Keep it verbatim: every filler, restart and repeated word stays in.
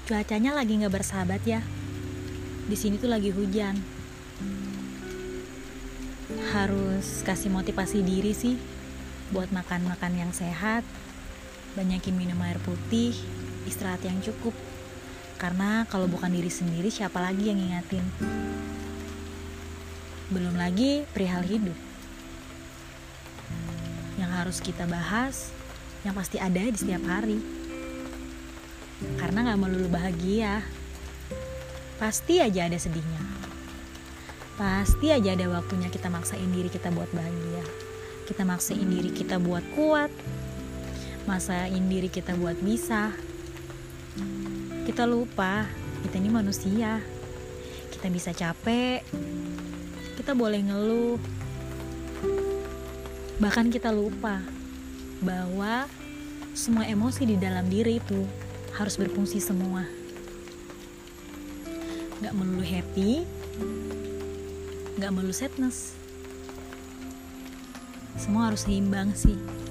Cuacanya lagi nggak bersahabat ya. Di sini tuh lagi hujan. Harus kasih motivasi diri sih buat makan-makan yang sehat, banyakin minum air putih, istirahat yang cukup. Karena kalau bukan diri sendiri, siapa lagi yang ngingatin? Belum lagi perihal hidup yang harus kita bahas, yang pasti ada di setiap hari. Karena gak melulu bahagia, pasti aja ada sedihnya. Pasti aja ada waktunya kita maksain diri kita buat bahagia. Kita maksain diri kita buat kuat, maksain diri kita buat bisa. Kita lupa, kita ini manusia. Kita bisa capek, kita boleh ngeluh. Bahkan kita lupa bahwa semua emosi di dalam diri itu harus berfungsi semua. Gak melulu happy, gak melulu sadness. Semua harus seimbang sih.